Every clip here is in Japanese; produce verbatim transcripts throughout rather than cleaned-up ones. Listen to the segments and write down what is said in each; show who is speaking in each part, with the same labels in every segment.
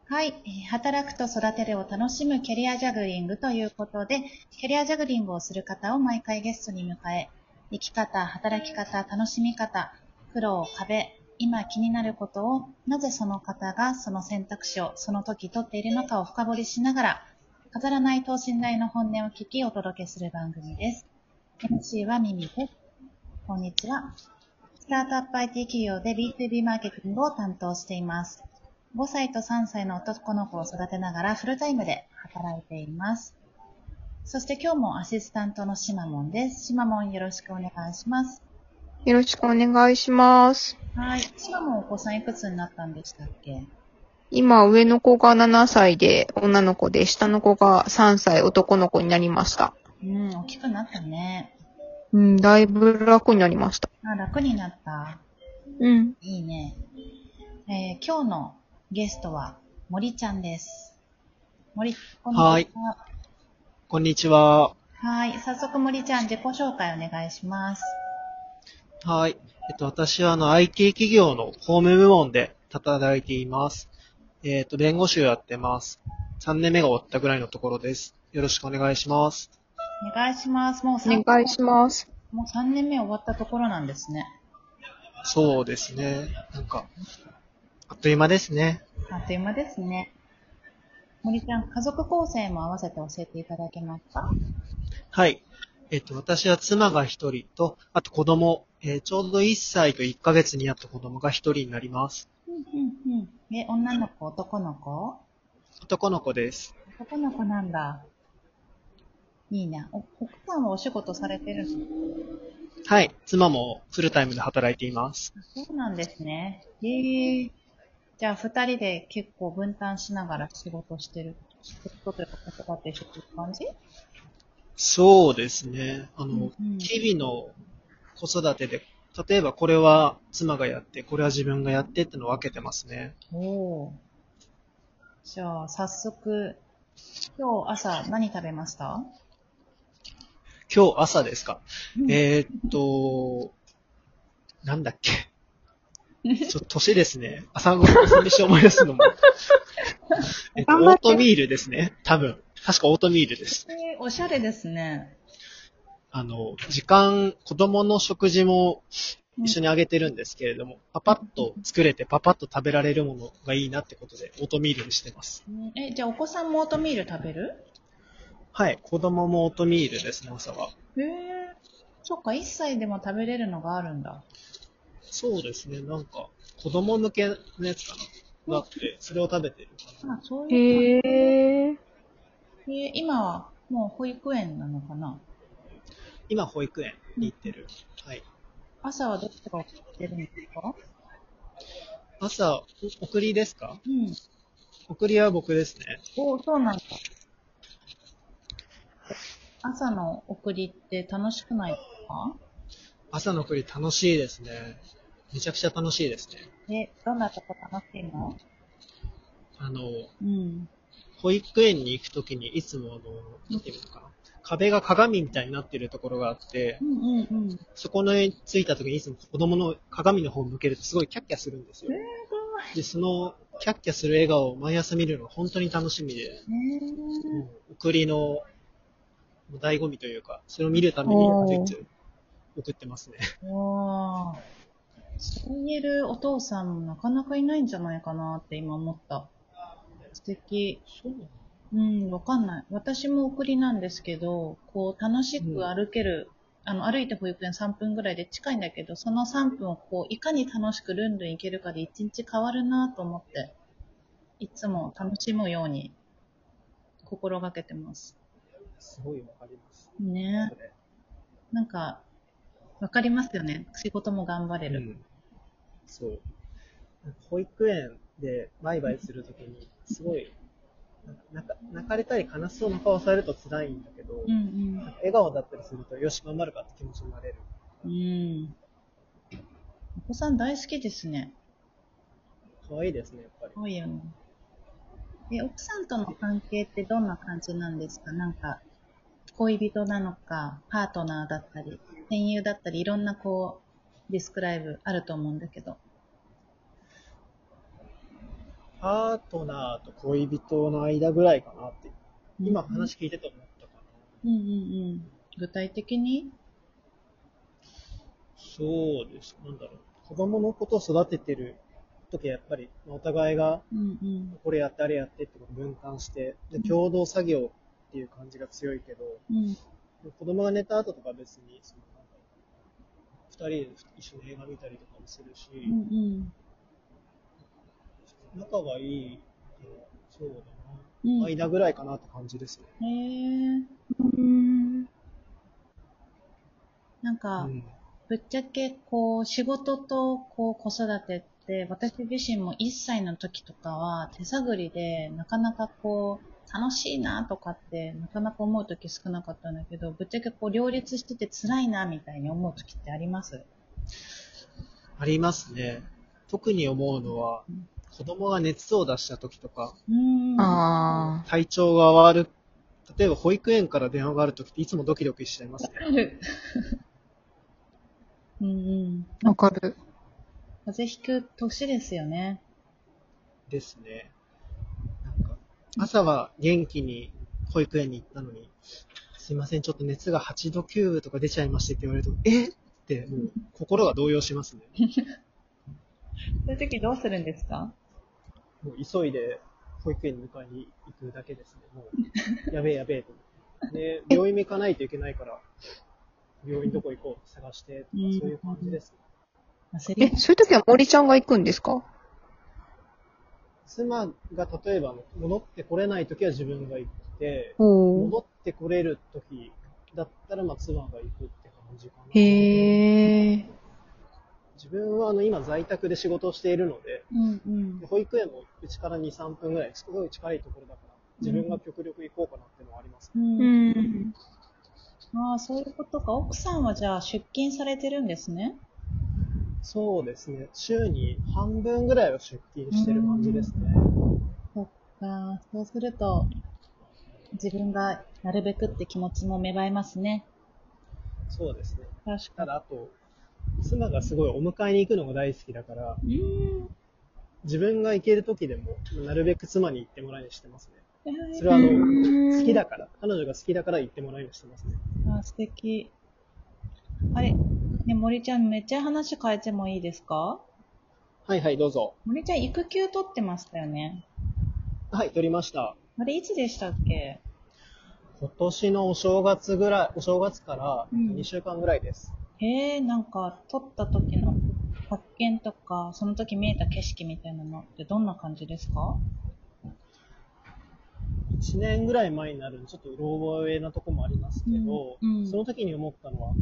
Speaker 1: はい、えー働くと育てるを楽しむキャリアジャグリングということで、キャリアジャグリングをする方を毎回ゲストに迎え、生き方、働き方、楽しみ方、苦労、壁、今気になることを、なぜその方がその選択肢をその時取っているのかを深掘りしながら、飾らない等身大の本音を聞きお届けする番組です。エムシー はミミです。こんにちは。スタートアップ アイティー 企業で ビーツービー マーケティングを担当しています。ごさいとさんさいの男の子を育てながらフルタイムで働いています。そして今日もアシスタントのシマモンです。シマモンよろしくお願いします。
Speaker 2: よろしくお願いします。
Speaker 1: はい。シマモンお子さんいくつになったんでしたっけ？
Speaker 2: 今、上の子がななさいで女の子で、下の子がさんさい男の子になりました。
Speaker 1: うん、大きくなったね。
Speaker 2: うん、だいぶ楽になりました。
Speaker 1: あ、楽になった。
Speaker 2: うん。
Speaker 1: いいね。えー今日のゲストは森ちゃんです。森、こんにちは。
Speaker 3: はい。こんにちは。
Speaker 1: はい。早速森ちゃん自己紹介お願いします。
Speaker 3: はい。えっと、私はあの アイティー 企業の法務部門で働いています。えっと、弁護士をやってます。さんねんめが終わったぐらいのところです。よろしくお願いします。
Speaker 1: お願いします。もう
Speaker 2: お
Speaker 1: 3、
Speaker 2: 願いします。
Speaker 1: もうさんねんめ終わったところなんですね。
Speaker 3: そうですね。なんか、あっという間ですね。
Speaker 1: あっという間ですね。森ちゃん、家族構成も合わせて教えていただけますか？
Speaker 3: はい。えっと、私は妻が一人と、あと子供、えーちょうどいっさいといっかげつになった子供が一人になります。
Speaker 1: うんうんうん。え、女の子、男の子？
Speaker 3: 男の子です。
Speaker 1: 男の子なんだ。いいな。お、奥さんはお仕事されてるの？
Speaker 3: はい。妻もフルタイムで働いています。
Speaker 1: そうなんですね。へえ。じゃあ、二人で結構分担しながら仕事してる。仕事というか、子育てしてる感じ？
Speaker 3: そうですね。あの、
Speaker 1: うんうん。
Speaker 3: 日々の子育てで、例えばこれは妻がやって、これは自分がやってってのを分けてますね。
Speaker 1: おー。じゃあ、早速、今日朝何食べました？
Speaker 3: 今日朝ですか？
Speaker 1: うん。
Speaker 3: えーっと、なんだっけ。ちょっと年ですね。朝ごはん、朝飯思い出すのも。えっと、
Speaker 2: 頑張って。
Speaker 3: オートミールですね。多分。確かオートミールです。
Speaker 1: えー、おしゃれですね。
Speaker 3: あの、時間、子供の食事も
Speaker 1: うん。
Speaker 3: 一緒にあげてるんですけれども、パパッと作れてパパッと食べられるものがいいなってことで、オートミールにしてます。
Speaker 1: え、じゃあお子さんもオートミール食べる？
Speaker 3: はい。子供もオートミールですね、朝は。
Speaker 1: へえ。そっか、いっさいでも食べれるのがあるんだ。
Speaker 3: そうですね。なんか、子供向けのやつかながあって、それを食べてるかな。
Speaker 1: あ、そういう感
Speaker 2: へー。
Speaker 1: じ。え、今はもう保育園なのかな？
Speaker 3: 今、保育園
Speaker 1: うん。
Speaker 3: に行ってる。はい。
Speaker 1: 朝はどっちが送ってるんですか？
Speaker 3: 朝、お送りですか？
Speaker 1: うん。
Speaker 3: 送りは僕ですね。
Speaker 1: お、そうなんだ。朝の送りって楽しくないですか？
Speaker 3: 朝の送り楽しいですね。めちゃくちゃ楽しいですね。
Speaker 1: え、どんなとこ楽しいの？
Speaker 3: あの、
Speaker 1: うん。
Speaker 3: 保育園に行くときにいつもあの、なんていうのかな。壁が鏡みたいになっているところがあって、
Speaker 1: うんうんうん。
Speaker 3: そこに着いたときにいつも子供の鏡の方を向けるとすごいキャッキャするんですよ。
Speaker 1: えー、かわ
Speaker 3: で、そのキャッキャする笑顔を毎朝見るのが本当に楽しみで、
Speaker 1: いい。
Speaker 3: もう送りの醍醐味というか、それを見るために毎
Speaker 2: おー。
Speaker 3: 日送ってますね。
Speaker 1: えー、わー。そう言えるお父さんもなかなかいないんじゃないかなって今思った。素敵。
Speaker 3: そう。
Speaker 1: うん、わかんない。私も送りなんですけど、こう楽しく
Speaker 3: うん。
Speaker 1: 歩ける、あの、歩いて保育園さんぷんぐらいで近いんだけど、そのさんぷんをこう、いかに楽しくルンルン行けるかでいちにち変わるなと思って、いつも楽しむように心がけてます。
Speaker 3: すごいわかります。
Speaker 1: ね。
Speaker 3: それ。
Speaker 1: なんか、わかりますよね。仕事も頑張れる。
Speaker 3: うん。そう。保育園でバイバイするときに、すごい、なんか泣かれたり悲しそうな顔されると辛いんだけど、
Speaker 1: うん
Speaker 3: なんか笑顔だったりすると、よし、頑張るかって気持ちになれる。
Speaker 1: うん。うん。お子さん大好きですね。
Speaker 3: 可愛いですね、やっぱり。
Speaker 1: 多いよね。え、奥さんとの関係ってどんな感じなんですか？なんか、恋人なのか、パートナーだったり、戦友だったり、いろんなこう、ディスクライブあると思うんだけど。
Speaker 3: パートナーと恋人の間ぐらいかなって、今話聞いてて思ったかな。
Speaker 1: うんうんうん。具体的に？
Speaker 3: そうです。なんだろう。子供のことを育ててる時はやっぱり、お互いが、
Speaker 1: うんうん。
Speaker 3: これやってあれやってってことを分担して、で共同作業っていう感じが強いけど、
Speaker 1: うん。
Speaker 3: 子供が寝た後とか別に、そのなんか二人で一緒に映画見たりとかもするし、
Speaker 1: うんうん
Speaker 3: 仲がいい、そうだな、
Speaker 1: うん。
Speaker 3: 間ぐらいかなって感じですね。
Speaker 1: へえ。
Speaker 2: うん。
Speaker 1: なんか、
Speaker 3: うん。
Speaker 1: ぶっちゃけ、こう、仕事と、こう、子育てって、私自身もいっさいの時とかは、手探りで、なかなかこう、楽しいなとかって、なかなか思う時少なかったんだけど、ぶっちゃけこう、両立してて辛いなみたいに思う時ってあります？
Speaker 3: ありますね。特に思うのは、子供が熱を出した時とか、
Speaker 1: うーん。
Speaker 2: ああ。
Speaker 3: 体調が悪い、例えば保育園から電話がある時っていつもドキドキしちゃいますね。
Speaker 1: わかる。うんうん。
Speaker 2: わかる。
Speaker 1: 風邪ひく年ですよね。
Speaker 3: ですね。なんか、朝は元気に保育園に行ったのに、すいません、ちょっと熱がはちどきゅうとか出ちゃいましてって言われると、えって、もう心が動揺しますね。
Speaker 1: そういう時どうするんですか？
Speaker 3: もう急いで保育園に迎えに行くだけですね。もう、やべえやべえと思って。で、病院も行かないといけないから、病院どこ行こう探してとか、
Speaker 1: うん
Speaker 3: そういう感じですね。
Speaker 1: 焦り。
Speaker 2: え、そういう時は森ちゃんが行くんですか？
Speaker 3: 妻が例えば戻ってこれない時は自分が行って、
Speaker 2: おー。
Speaker 3: 戻ってこれる時だったらまあ妻が行くって感じかな。
Speaker 2: へえ。
Speaker 3: 自分はあの今在宅で仕事をしているので、
Speaker 1: うんうん。
Speaker 3: 保育園もうちからに、さんぷんぐらい、すごい近いところだから、自分が極力行こうかなっていうのはあります
Speaker 1: う
Speaker 3: ね。
Speaker 2: うんん。
Speaker 1: ああ、そういうことか。奥さんはじゃあ出勤されてるんですね。
Speaker 3: そうですね。週に半分ぐらいは出勤してる感じですね。
Speaker 1: そっか。そうすると、自分がなるべくって気持ちも芽生えますね。
Speaker 3: そうですね。
Speaker 1: 確か
Speaker 3: ただあと、妻がすごいお迎えに行くのが大好きだから、
Speaker 1: に。う
Speaker 3: 自分が行ける時でも、なるべく妻に行ってもらうようにしてますね。
Speaker 1: ーん。
Speaker 3: それはあの、
Speaker 2: うん
Speaker 3: 好きだから、彼女が好きだから行ってもらうようにしてますね。
Speaker 1: あー、素敵。あれ、ね、森ちゃんめっちゃ話変えてもいいですか？
Speaker 3: はいはい、どうぞ。
Speaker 1: 森ちゃん育休取ってましたよね。
Speaker 3: はい、取りました。
Speaker 1: あれいつでしたっけ？
Speaker 3: 今年のお正月ぐらい、お正月から
Speaker 1: うん
Speaker 3: にしゅうかんぐらいです。
Speaker 1: へえ、なんか取った時の発見とか、その時見えた景色みたいなのってどんな感じですか？
Speaker 3: いちねんぐらい前になるんで、ちょっとうろ覚えなとこもありますけど、
Speaker 1: うんうん
Speaker 3: その時に思ったのは、うん、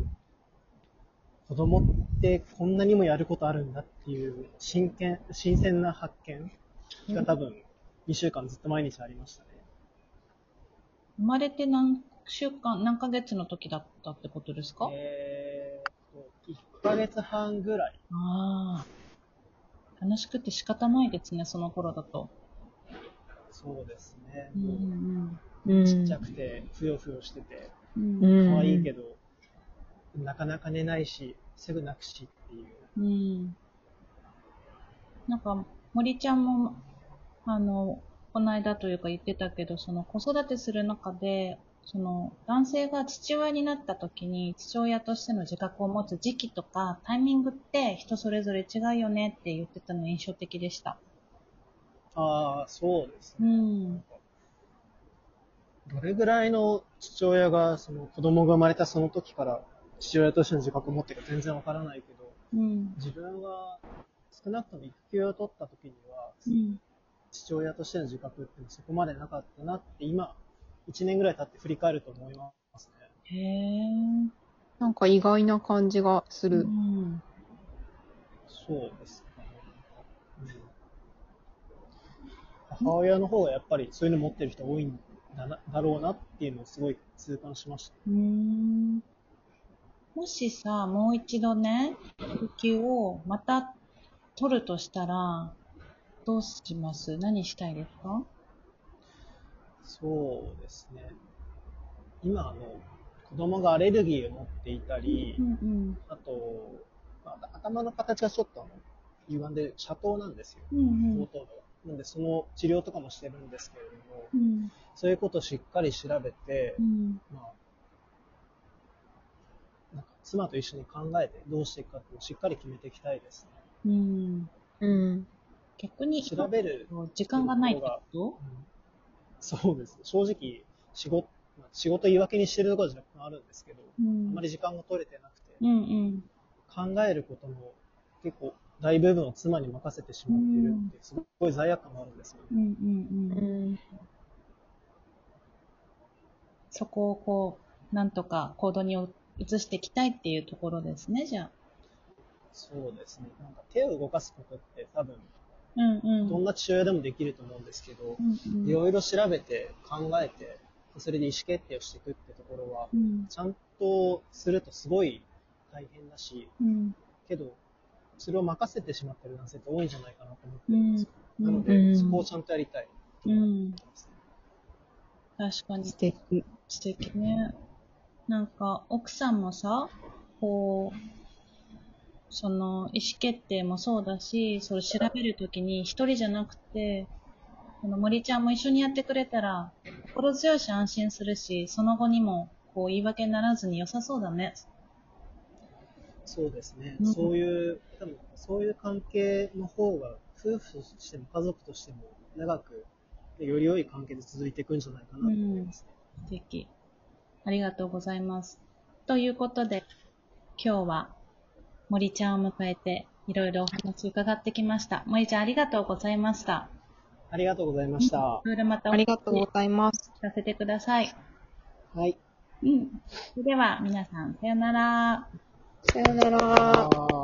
Speaker 3: 子供ってこんなにもやることあるんだっていう真剣、新鮮な発見が多分にしゅうかんずっと毎日ありましたね。
Speaker 1: 生まれて何週間、何ヶ月の時だったってことですか？
Speaker 3: えーと、いっかげつはんぐらい。
Speaker 1: ああ、楽しくて仕方ないですね、その頃だと。
Speaker 3: そうですね。
Speaker 1: うん
Speaker 3: も
Speaker 1: うん
Speaker 3: うちっちゃくて、ふよふよしてて、
Speaker 1: うん。
Speaker 2: う
Speaker 1: うん
Speaker 3: 可愛い
Speaker 2: ん。
Speaker 3: けど、なかなか寝ないし、すぐ泣くしっていう。
Speaker 1: うんなんか、森ちゃんも、あの、この間というか言ってたけど、その子育てする中で、その男性が父親になった時に父親としての自覚を持つ時期とかタイミングって人それぞれ違うよねって言ってたの印象的でした。
Speaker 3: ああ、そうです
Speaker 1: う
Speaker 3: ね。
Speaker 1: ん。
Speaker 3: どれぐらいの父親が、その子供が生まれたその時から父親としての自覚を持ってるか全然わからないけど、
Speaker 1: うん。
Speaker 3: 自分は少なくとも育休を取った時には、
Speaker 1: うん。
Speaker 3: 父親としての自覚ってそこまでなかったなって今、いちねんぐらい経って振り返ると思いますね。
Speaker 1: へえ。
Speaker 2: なんか意外な感じがす
Speaker 1: う
Speaker 2: る。
Speaker 1: ん。
Speaker 3: そうですね。うん、母親の方がやっぱりそういうの持ってる人多いんだなだろうなっていうのをすごい痛感しました。
Speaker 1: うーん。もしさ、もう一度ね、育休をまた取るとしたら、どうします？何したいですか？
Speaker 3: そうですね。今あの子供がアレルギーを持っていたり、
Speaker 1: うんうん。
Speaker 3: あと、まあ頭の形がちょっとあの歪んでる斜塔なんですよ。
Speaker 1: うん
Speaker 3: 後頭部が。なんでその治療とかもしてるんですけれども、
Speaker 1: うん。
Speaker 3: そういうことをしっかり調べて、
Speaker 1: うん。
Speaker 3: まあ、なんか妻と一緒に考えてどうしていくかっていうのをしっかり決めていきたいですね。
Speaker 1: うん。
Speaker 2: うん。
Speaker 1: 逆に、
Speaker 3: 調べる
Speaker 1: 時間がないってこ
Speaker 3: うん
Speaker 1: と？
Speaker 3: そうです。正直、仕事、まあ仕事言い訳にしてるところじゃあるんですけど、
Speaker 1: うん
Speaker 3: あまり時間が取れてなくて、
Speaker 1: うんうん。
Speaker 3: 考えることの結構大部分を妻に任せてしまっているっていう、すごい罪悪感があるんですよね。
Speaker 1: うんうん
Speaker 2: う
Speaker 1: うん。
Speaker 2: ん。
Speaker 1: そこをこう、なんとか行動に移していきたいっていうところですね、じゃあ。
Speaker 3: そうですね。なんか手を動かすことって多分、
Speaker 1: うんうん。
Speaker 3: どんな父親でもできると思うんですけど、
Speaker 1: うんうん
Speaker 3: いろいろ調べて考えて、それで意思決定をしていくってところは、
Speaker 1: うん
Speaker 3: ちゃんとするとすごい大変だし、
Speaker 1: うん
Speaker 3: けど、それを任せてしまってる男性って多いんじゃないかなと思ってるんですよ。
Speaker 1: うん
Speaker 3: なので、
Speaker 2: うん
Speaker 3: そこをちゃんとやりたいと思ってますね。
Speaker 1: 確かに
Speaker 2: 素敵。
Speaker 1: 素敵ね。なんか奥さんもさ、こう、その意思決定もそうだし、それ調べるときに一人じゃなくて、この森ちゃんも一緒にやってくれたら心強いし安心するし、その後にもこう言い訳にならずに良さそうだね。
Speaker 3: そうですね。
Speaker 1: うん
Speaker 3: そういう、多分そういう関係の方が、夫婦としても家族としても長く、でより良い関係で続いていくんじゃないかなと思いますね。
Speaker 1: 素敵。ありがとうございます。ということで、今日は森ちゃんを迎えていろいろお話伺ってきました。森ちゃんありがとうございました。
Speaker 3: ありがとうございました。
Speaker 1: いろいろまたお
Speaker 2: あり
Speaker 1: 話
Speaker 2: がとうございます。
Speaker 1: 聞かせてください。
Speaker 3: はい。
Speaker 1: うん。それでは皆さん、さよなら。
Speaker 2: さよなら。
Speaker 3: あー